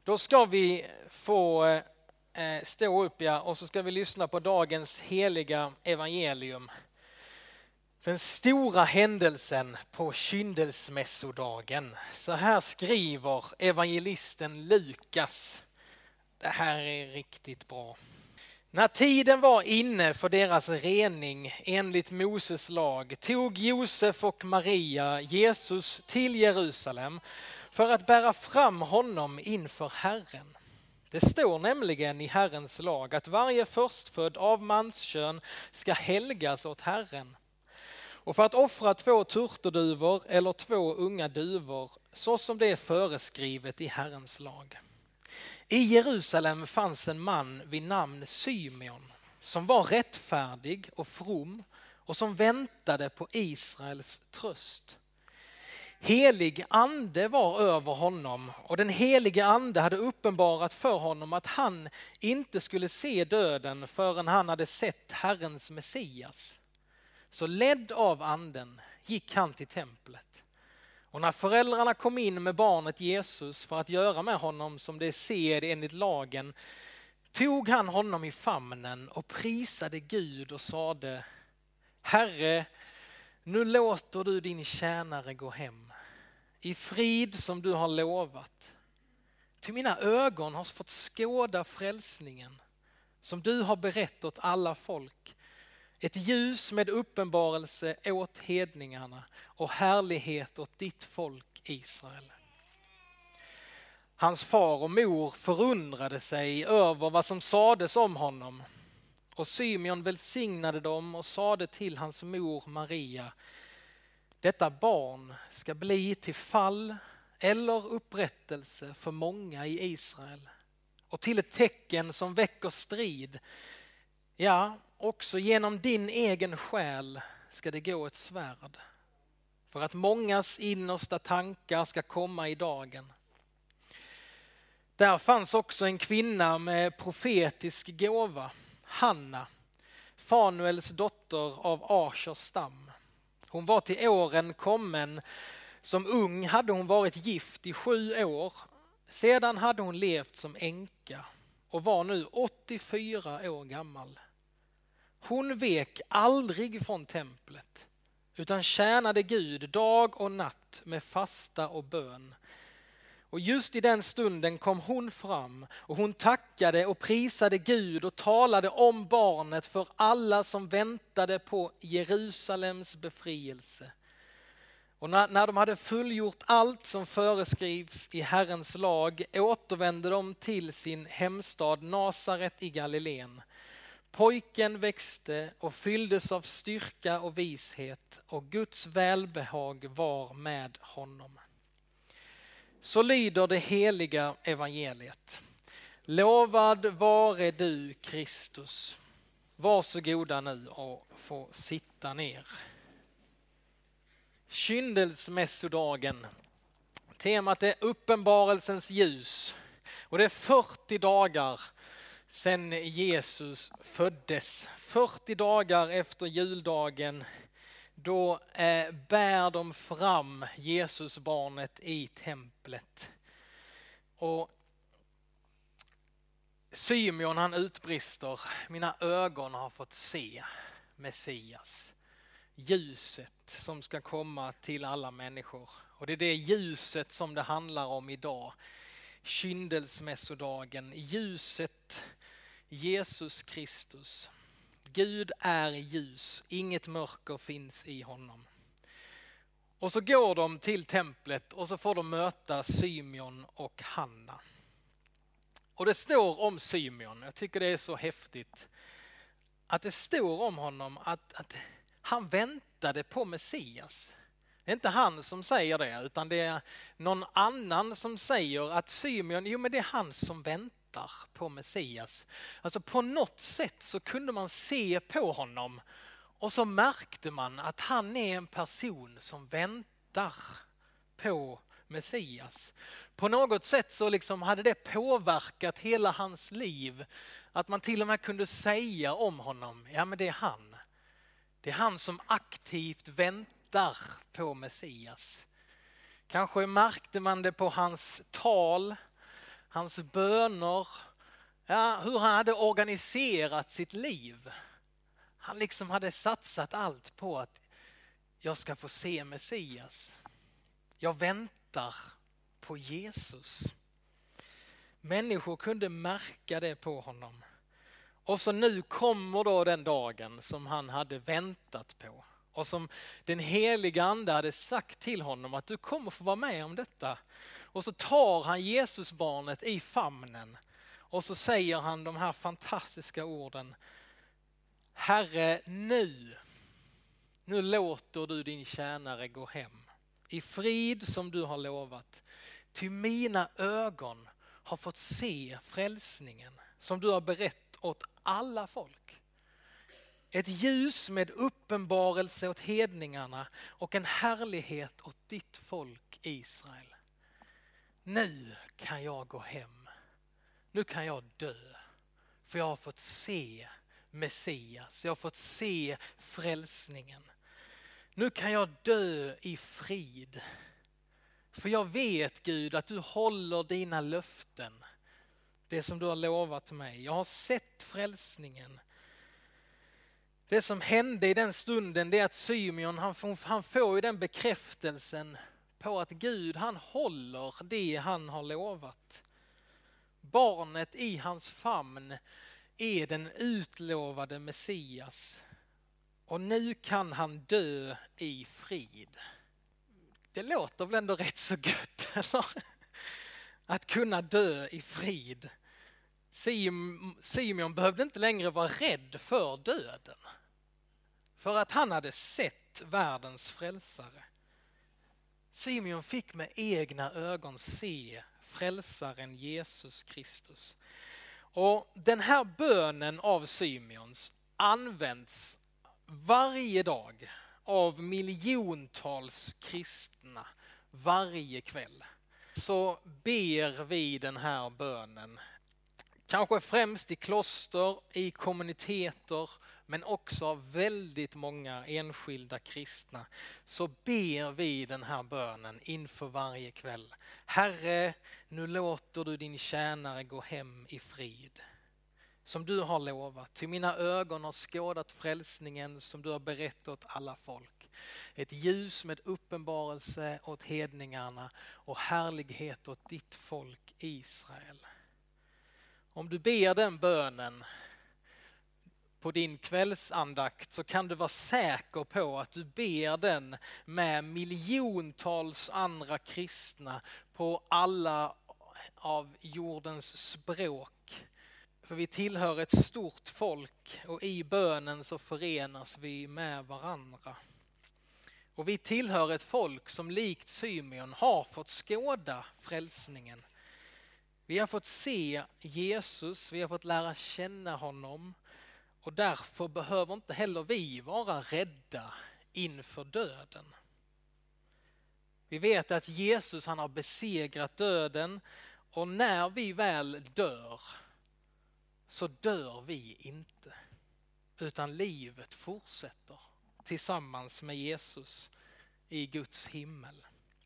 Då ska vi få stå upp och så ska vi lyssna på dagens heliga evangelium. Den stora händelsen på kyndelsmässodagen. Så här skriver evangelisten Lukas. Det här är riktigt bra. När tiden var inne för deras rening enligt Moses lag tog Josef och Maria Jesus till Jerusalem för att bära fram honom inför Herren. Det står nämligen i Herrens lag att varje förstfödd av manskön ska helgas åt Herren. Och för att offra 2 turturduvor eller 2 unga duvor, så som det är föreskrivet i Herrens lag. I Jerusalem fanns en man vid namn Symeon, som var rättfärdig och from och som väntade på Israels tröst. Helig ande var över honom och den helige ande hade uppenbarat för honom att han inte skulle se döden förrän han hade sett Herrens Messias. Så ledd av anden gick han till templet. Och när föräldrarna kom in med barnet Jesus för att göra med honom som det är sed enligt lagen, tog han honom i famnen och prisade Gud och sade: Herre, nu låter du din tjänare gå hem i frid som du har lovat. Till mina ögon har fått skåda frälsningen som du har berett åt alla folk. Ett ljus med uppenbarelse åt hedningarna och härlighet åt ditt folk Israel. Hans far och mor förundrade sig över vad som sades om honom. Och Symeon välsignade dem och sade till hans mor Maria: detta barn ska bli till fall eller upprättelse för många i Israel och till ett tecken som väcker strid. Ja, också genom din egen själ ska det gå ett svärd, för att mångas innersta tankar ska komma i dagen. Där fanns också en kvinna med profetisk gåva, Hanna, Fanuels dotter av Ashers stam. Hon var till åren kommen. Som ung hade hon varit gift i 7 år. Sedan hade hon levt som änka och var nu 84 år gammal. Hon vek aldrig från templet utan tjänade Gud dag och natt med fasta och bön. Och just i den stunden kom hon fram och hon tackade och prisade Gud och talade om barnet för alla som väntade på Jerusalems befrielse. Och när de hade fullgjort allt som föreskrivs i Herrens lag återvände de till sin hemstad Nasaret i Galileen. Pojken växte och fylldes av styrka och vishet och Guds välbehag var med honom. Så lyder det heliga evangeliet. Lovad vare du Kristus. Varsågoda nu och få sitta ner. Kyndelsmässodagen. Temat är uppenbarelsens ljus. Och det är 40 dagar sedan Jesus föddes. 40 dagar efter juldagen. Då bär de fram Jesusbarnet i templet. Och Symeon han utbrister: mina ögon har fått se Messias. Ljuset som ska komma till alla människor. Och det är det ljuset som det handlar om idag. Kyndelsmässodagen. Ljuset Jesus Kristus. Gud är ljus, inget mörker finns i honom. Och så går de till templet och så får de möta Symeon och Hanna. Och det står om Symeon, jag tycker det är så häftigt, att det står om honom att han väntade på Messias. Det är inte han som säger det, utan det är någon annan som säger att Symeon, men det är han som väntar på Messias. Alltså på något sätt så kunde man se på honom och så märkte man att han är en person som väntar på Messias. På något sätt så liksom hade det påverkat hela hans liv, att man till och med kunde säga om honom: ja, men det är han. Det är han som aktivt väntar på Messias. Kanske märkte man det på hans tal. hans böner, ja, hur han hade organiserat sitt liv. Han liksom hade satsat allt på att jag ska få se Messias. Jag väntar på Jesus. Människor kunde märka det på honom. Och så nu kommer då den dagen som han hade väntat på. Och som den heliga ande hade sagt till honom att du kommer få vara med om detta. Och så tar han Jesusbarnet i famnen. Och så säger han de här fantastiska orden. Herre, nu låter du din tjänare gå hem. I frid som du har lovat. Ty mina ögon har fått se frälsningen som du har berett åt alla folk. Ett ljus med uppenbarelse åt hedningarna och en härlighet åt ditt folk Israel. Nu kan jag gå hem. Nu kan jag dö. För jag har fått se Messias. Jag har fått se frälsningen. Nu kan jag dö i frid. För jag vet, Gud, att du håller dina löften. Det som du har lovat mig. Jag har sett frälsningen. Det som hände i den stunden, det är att Symeon, han får ju den bekräftelsen på att Gud, han håller det han har lovat. Barnet i hans famn är den utlovade Messias. Och nu kan han dö i frid. Det låter väl ändå rätt så gött, eller? Att kunna dö i frid. Symeon behövde inte längre vara rädd för döden. För att han hade sett världens frälsare. Symeon fick med egna ögon se frälsaren Jesus Kristus. Och den här bönen av Symeons används varje dag av miljontals kristna varje kväll. Så ber vi den här bönen. Kanske främst i kloster, i kommuniteter, men också av väldigt många enskilda kristna. Så ber vi den här bönen inför varje kväll. Herre, nu låter du din tjänare gå hem i frid. Som du har lovat, till mina ögon har skådat frälsningen som du har berett åt alla folk. Ett ljus med uppenbarelse åt hedningarna och härlighet åt ditt folk Israel. Om du ber den bönen på din kvällsandakt så kan du vara säker på att du ber den med miljontals andra kristna på alla av jordens språk. För vi tillhör ett stort folk och i bönen så förenas vi med varandra. Och vi tillhör ett folk som likt Symeon har fått skåda frälsningen. Vi har fått se Jesus, vi har fått lära känna honom och därför behöver inte heller vi vara rädda inför döden. Vi vet att Jesus, han har besegrat döden och när vi väl dör så dör vi inte, utan livet fortsätter tillsammans med Jesus i Guds himmel.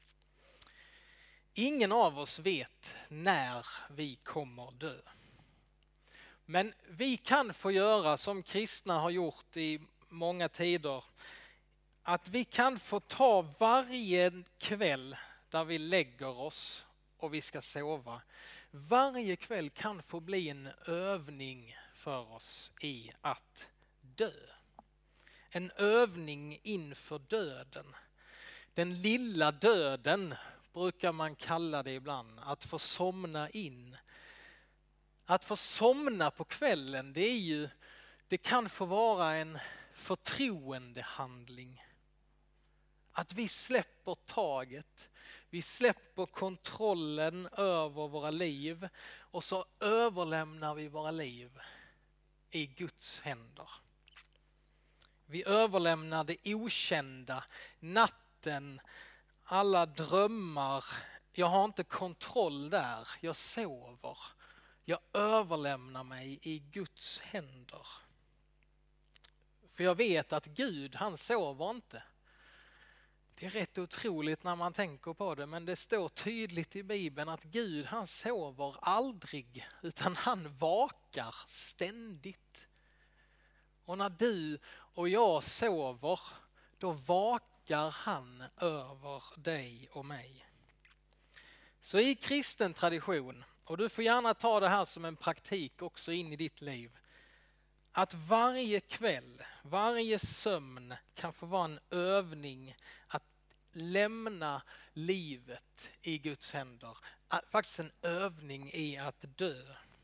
Ingen av oss vet när vi kommer dö. Men vi kan få göra som kristna har gjort i många tider. Att vi kan få ta varje kväll där vi lägger oss och vi ska sova. Varje kväll kan få bli en övning för oss i att dö. En övning inför döden. Den lilla döden brukar man kalla det ibland, att få somna in. Att få somna på kvällen, det kan få vara en förtroendehandling. Att vi släpper taget, vi släpper kontrollen över våra liv och så överlämnar vi våra liv i Guds händer. Vi överlämnar det okända, natten, alla drömmar. Jag har inte kontroll där, jag sover. Jag överlämnar mig i Guds händer. För jag vet att Gud, han sover inte. Det är rätt otroligt när man tänker på det, men det står tydligt i Bibeln att Gud, han sover aldrig, utan han vakar ständigt. Och när du och jag sover, då vakar han över dig och mig. Så i kristen tradition, och du får gärna ta det här som en praktik också in i ditt liv, att varje kväll, varje sömn kan få vara en övning att lämna livet i Guds händer. Faktiskt en övning i att dö.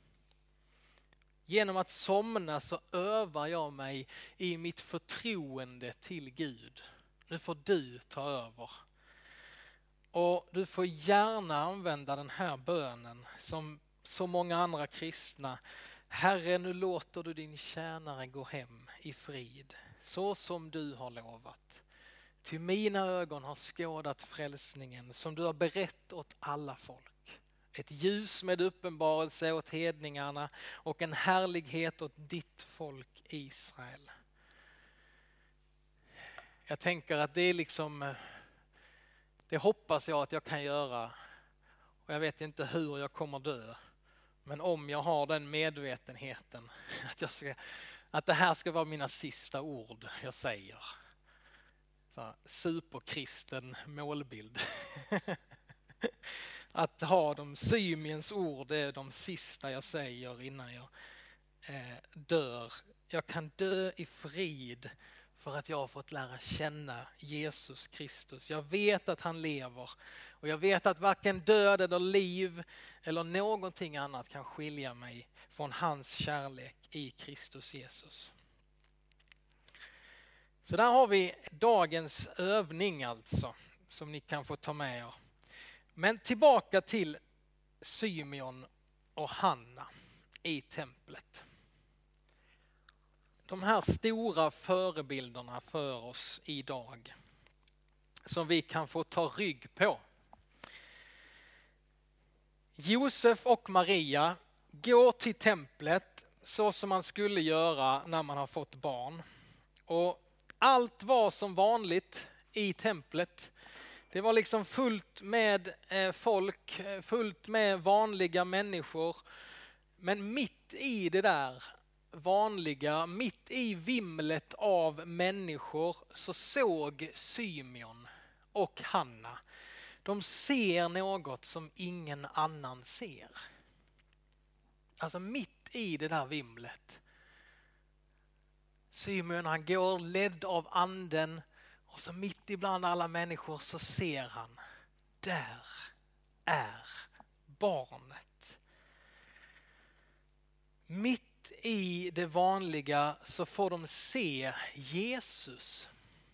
Genom att somna så övar jag mig i mitt förtroende till Gud. Nu får du ta över. Och du får gärna använda den här bönen som så många andra kristna. Herre, nu låter du din tjänare gå hem i frid, så som du har lovat. Ty mina ögon har skådat frälsningen som du har berett åt alla folk. Ett ljus med uppenbarelse åt hedningarna och en härlighet åt ditt folk Israel. Jag tänker att det är liksom, det hoppas jag att jag kan göra. Och jag vet inte hur jag kommer dö. Men om jag har den medvetenheten att det här ska vara mina sista ord jag säger. Så superkristen målbild. Att ha de Symeons ord, det är de sista jag säger innan jag dör. Jag kan dö i frid för att jag har fått lära känna Jesus Kristus. Jag vet att han lever och jag vet att varken död eller liv eller någonting annat kan skilja mig från hans kärlek i Kristus Jesus. Så där har vi dagens övning alltså, som ni kan få ta med er. Men tillbaka till Symeon och Hanna i templet. De här stora förebilderna för oss idag som vi kan få ta rygg på. Josef och Maria går till templet så som man skulle göra när man har fått barn. Och allt var som vanligt i templet. Det var liksom fullt med folk, fullt med vanliga människor. Men mitt i det där vanliga, mitt i vimlet av människor så såg Symeon och Hanna. De ser något som ingen annan ser. Alltså mitt i det där vimlet. Symeon, han går ledd av anden och så mitt ibland alla människor så ser han. Där är barnet. Mitt i det vanliga så får de se Jesus.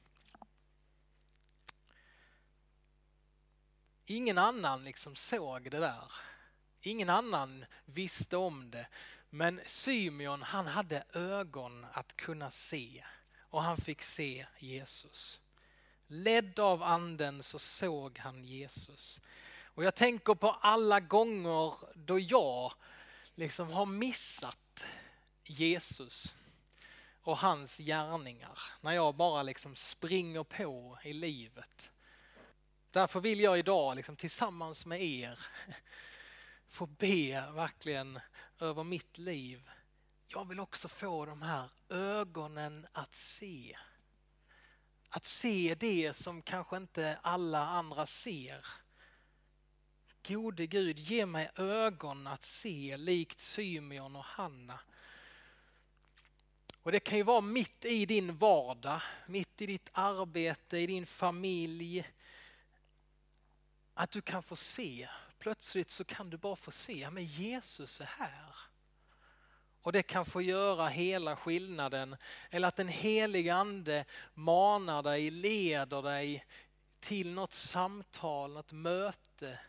Ingen annan liksom såg det där. Ingen annan visste om det. Men Symeon, han hade ögon att kunna se. Och han fick se Jesus. Ledd av anden så såg han Jesus. Och jag tänker på alla gånger då jag liksom har missat Jesus och hans gärningar. När jag bara liksom springer på i livet. Därför vill jag idag liksom tillsammans med er få be verkligen över mitt liv. Jag vill också få de här ögonen att se. Att se det som kanske inte alla andra ser. Gode Gud, ge mig ögon att se likt Symeon och Hanna. Och det kan ju vara mitt i din vardag, mitt i ditt arbete, i din familj. Att du kan få se. Plötsligt så kan du bara få se, men Jesus är här. Och det kan få göra hela skillnaden. Eller att den heliga ande manar dig, leder dig till något samtal, något möte.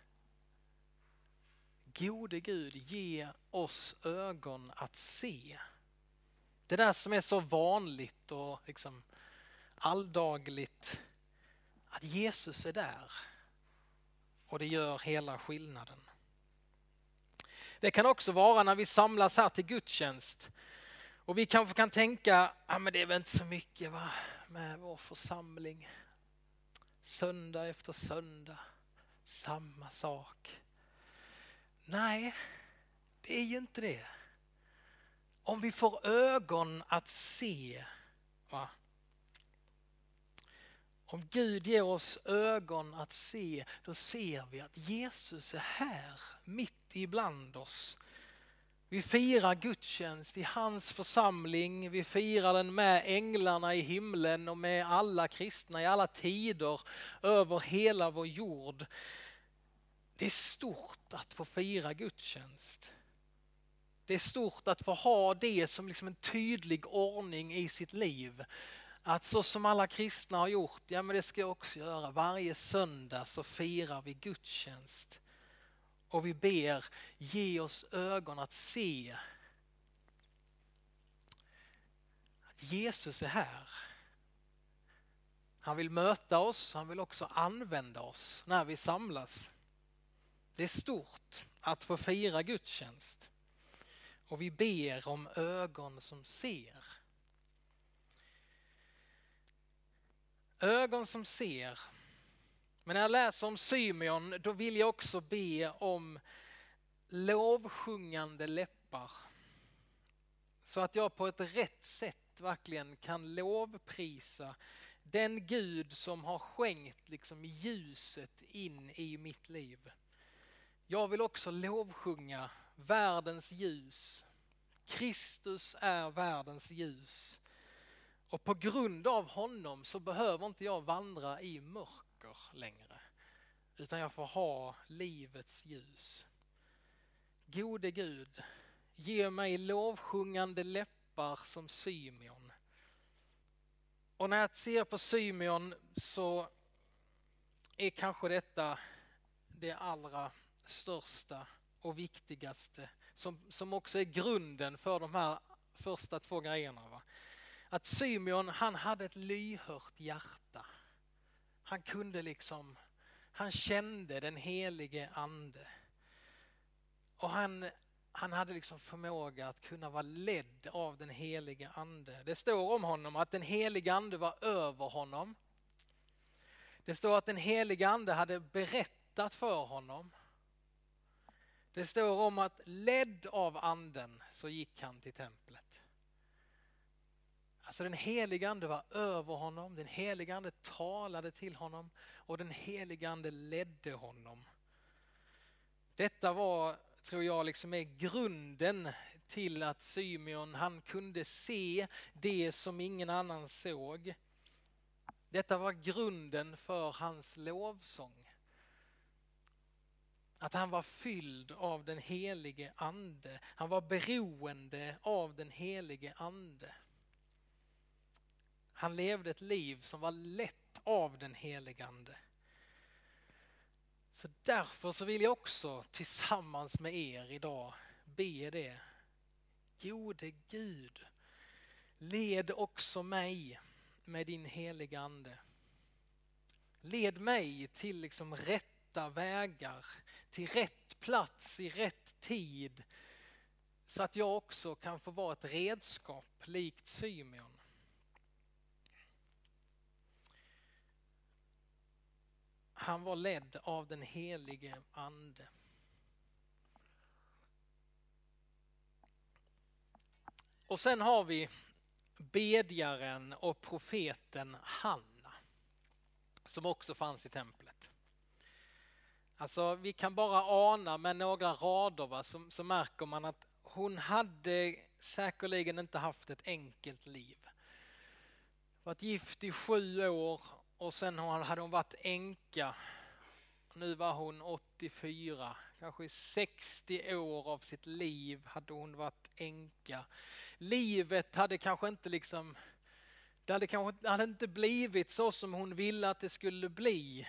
Gode Gud, ge oss ögon att se. Det där som är så vanligt och liksom alldagligt. Att Jesus är där. Och det gör hela skillnaden. Det kan också vara när vi samlas här till gudstjänst. Och vi kanske kan tänka, men det är väl inte så mycket med vår församling. Söndag efter söndag, samma sak. Nej, det är ju inte det. Om vi får ögon att se, va? Om Gud ger oss ögon att se, då ser vi att Jesus är här, mitt ibland oss. Vi firar gudstjänst i hans församling, vi firar den med änglarna i himlen och med alla kristna i alla tider över hela vår jord. Det är stort att få fira gudstjänst. Det är stort att få ha det som liksom en tydlig ordning i sitt liv. Att så som alla kristna har gjort, ja men det ska jag också göra. Varje söndag så firar vi gudstjänst. Och vi ber, ge oss ögon att se att Jesus är här. Han vill möta oss, han vill också använda oss när vi samlas. Det är stort att få fira gudstjänst. Och vi ber om ögon som ser. Ögon som ser. Men när jag läser om Symeon, då vill jag också be om lovsjungande läppar. Så att jag på ett rätt sätt verkligen kan lovprisa den Gud som har skänkt liksom ljuset in i mitt liv. Jag vill också lovsjunga världens ljus. Kristus är världens ljus. Och på grund av honom så behöver inte jag vandra i mörker längre. Utan jag får ha livets ljus. Gode Gud, ge mig lovsjungande läppar som Symeon. Och när jag ser på Symeon så är kanske detta det allra största och viktigaste. Som också är grunden för de här första 2 grejerna. Va? Att Symeon, han hade ett lyhört hjärta. Han kände den helige ande. Och han hade liksom förmåga att kunna vara ledd av den helige ande. Det står om honom att den helige ande var över honom. Det står att den helige ande hade berättat för honom. Det står om att ledd av anden så gick han till templet. Alltså den helige ande var över honom, den helige ande talade till honom och den helige ande ledde honom. Detta var, tror jag, liksom är grunden till att Symeon, han kunde se det som ingen annan såg. Detta var grunden för hans lovsång. Att han var fylld av den helige ande. Han var beroende av den helige ande. Han levde ett liv som var lett av den helige ande. Så därför så vill jag också tillsammans med er idag be det. Gode Gud, led också mig med din heliga ande. Led mig till liksom rätta vägar, till rätt plats i rätt tid. Så att jag också kan få vara ett redskap likt Symeon. Han var ledd av den helige ande. Och sen har vi bedjaren och profeten Hanna som också fanns i templet. Alltså vi kan bara ana med några rader, va, så märker man att hon hade säkerligen inte haft ett enkelt liv. Varit gift i 7 år och sen hade hon varit änka. Nu var hon 84, kanske 60 år av sitt liv hade hon varit änka. Livet hade kanske inte det hade inte blivit så som hon ville att det skulle bli.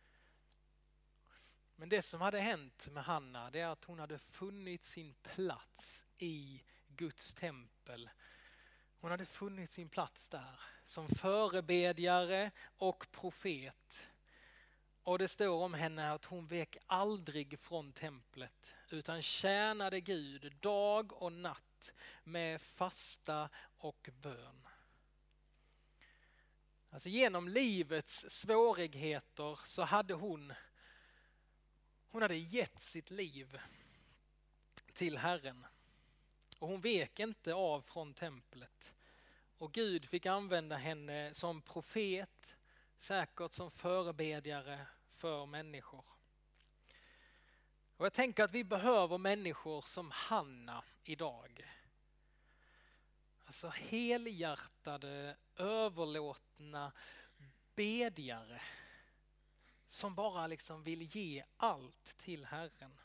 Men det som hade hänt med Hanna, det är att hon hade funnit sin plats i Guds tempel. Hon hade funnit sin plats där som förebedjare och profet. Och det står om henne att hon vek aldrig från templet utan tjänade Gud dag och natt med fasta och bön. Alltså genom livets svårigheter så hade hon hade gett sitt liv till Herren. Och hon vek inte av från templet. Och Gud fick använda henne som profet, säkert som förebedjare för människor. Och jag tänker att vi behöver människor som Hanna idag. Alltså helhjärtade, överlåtna bedjare som bara liksom vill ge allt till Herren.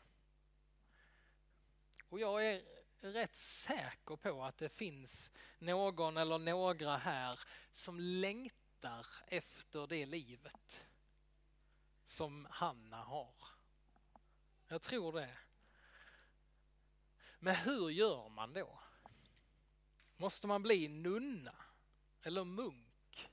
Och jag är rätt säker på att det finns någon eller några här som längtar efter det livet som Hanna har. Jag tror det. Men hur gör man då? Måste man bli nunna eller munk?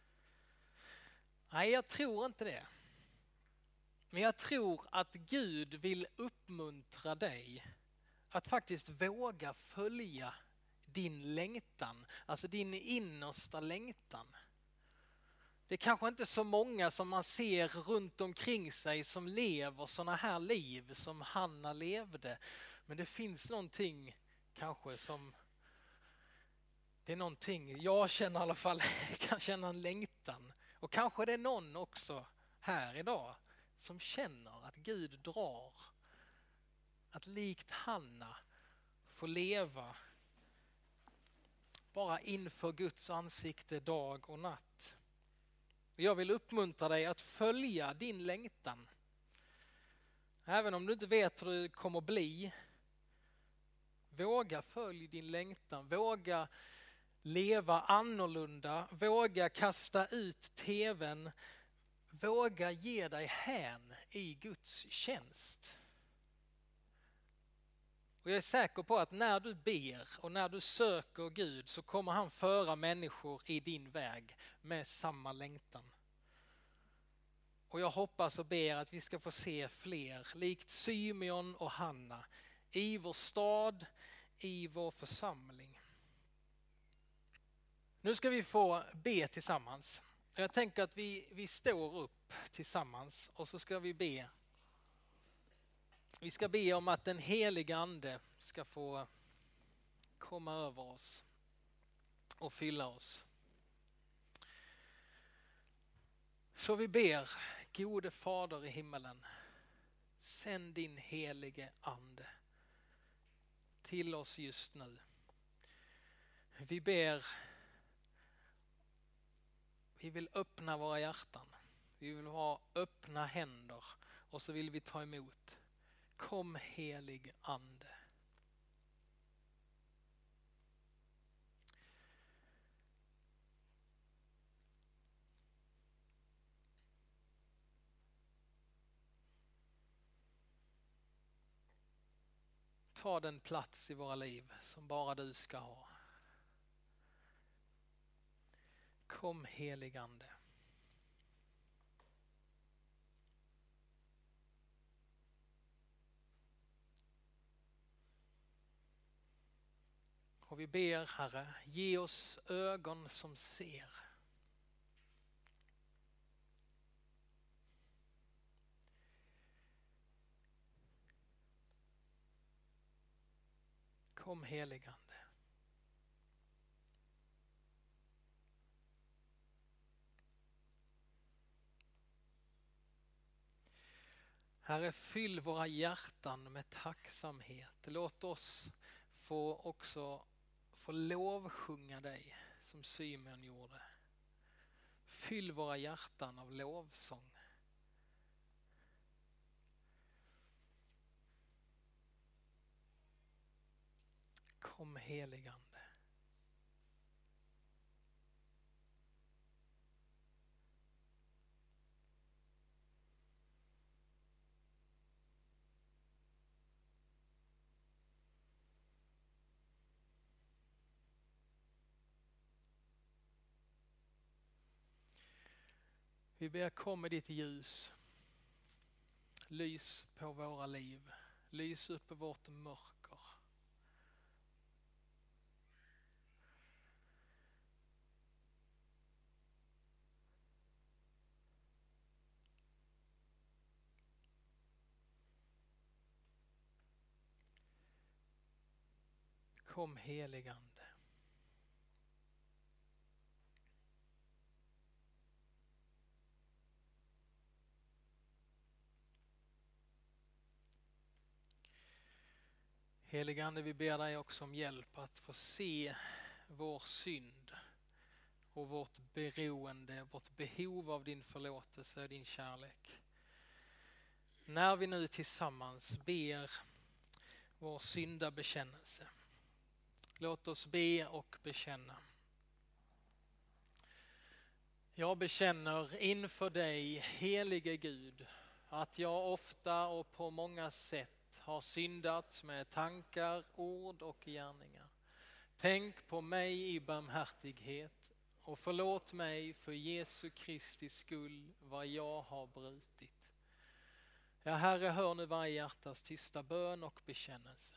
Nej, jag tror inte det. Men jag tror att Gud vill uppmuntra dig att faktiskt våga följa din längtan, alltså din innersta längtan. Det är kanske inte så många som man ser runt omkring sig som lever såna här liv som Hanna levde. Men det finns någonting kanske som, det är någonting, jag känner i alla fall, kan känna en längtan. Och kanske det är någon också här idag som känner att Gud drar. Att likt Hanna få leva bara inför Guds ansikte dag och natt. Jag vill uppmuntra dig att följa din längtan. Även om du inte vet hur det kommer bli. Våga följ din längtan. Våga leva annorlunda. Våga kasta ut tvn. Våga ge dig hän i Guds tjänst. Och jag är säker på att när du ber och när du söker Gud så kommer han föra människor i din väg med samma längtan. Och jag hoppas och ber att vi ska få se fler, likt Symeon och Hanna, i vår stad, i vår församling. Nu ska vi få be tillsammans. Jag tänker att vi står upp tillsammans och så ska vi be. Vi ska be om att den heliga ande ska få komma över oss och fylla oss. Så vi ber, gode Fader i himmelen, sänd din helige ande till oss just nu. Vi ber, vi vill öppna våra hjärtan. Vi vill ha öppna händer och så vill vi ta emot. Kom helig ande. Ta den plats i våra liv som bara du ska ha. Kom helig ande. Och vi ber, Herre, ge oss ögon som ser. Kom helig ande. Herre, fyll våra hjärtan med tacksamhet. Låt oss också få lovsjunga dig som Symeon gjorde. Fyll våra hjärtan av lovsång. Kom helig ande. Vi ber, kom med ditt ljus. Lys på våra liv. Lys upp i vårt mörker. Kom helig Ande. Helige Ande, vi ber dig också om hjälp att få se vår synd och vårt beroende, vårt behov av din förlåtelse och din kärlek. När vi nu tillsammans ber vår syndabekännelse, låt oss be och bekänna. Jag bekänner inför dig, helige Gud, att jag ofta och på många sätt har syndat med tankar, ord och gärningar. Tänk på mig i barmhärtighet och förlåt mig för Jesu Kristi skull vad jag har brutit. Ja, Herre, hör nu varje hjärtas tysta bön och bekännelse.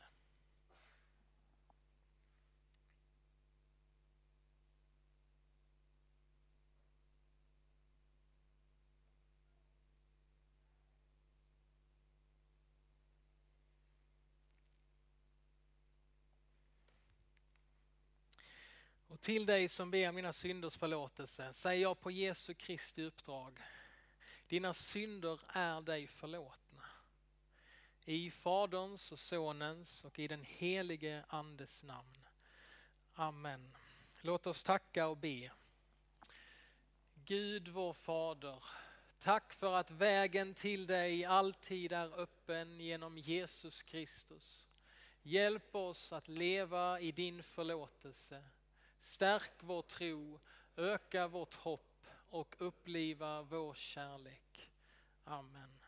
Och till dig som ber mina synders förlåtelse säger jag på Jesu Kristi uppdrag: dina synder är dig förlåtna. I Faderns och Sonens och i den helige Andes namn. Amen. Låt oss tacka och be. Gud vår Fader, tack för att vägen till dig alltid är öppen genom Jesus Kristus. Hjälp oss att leva i din förlåtelse. Stärk vår tro, öka vårt hopp och uppliva vår kärlek. Amen.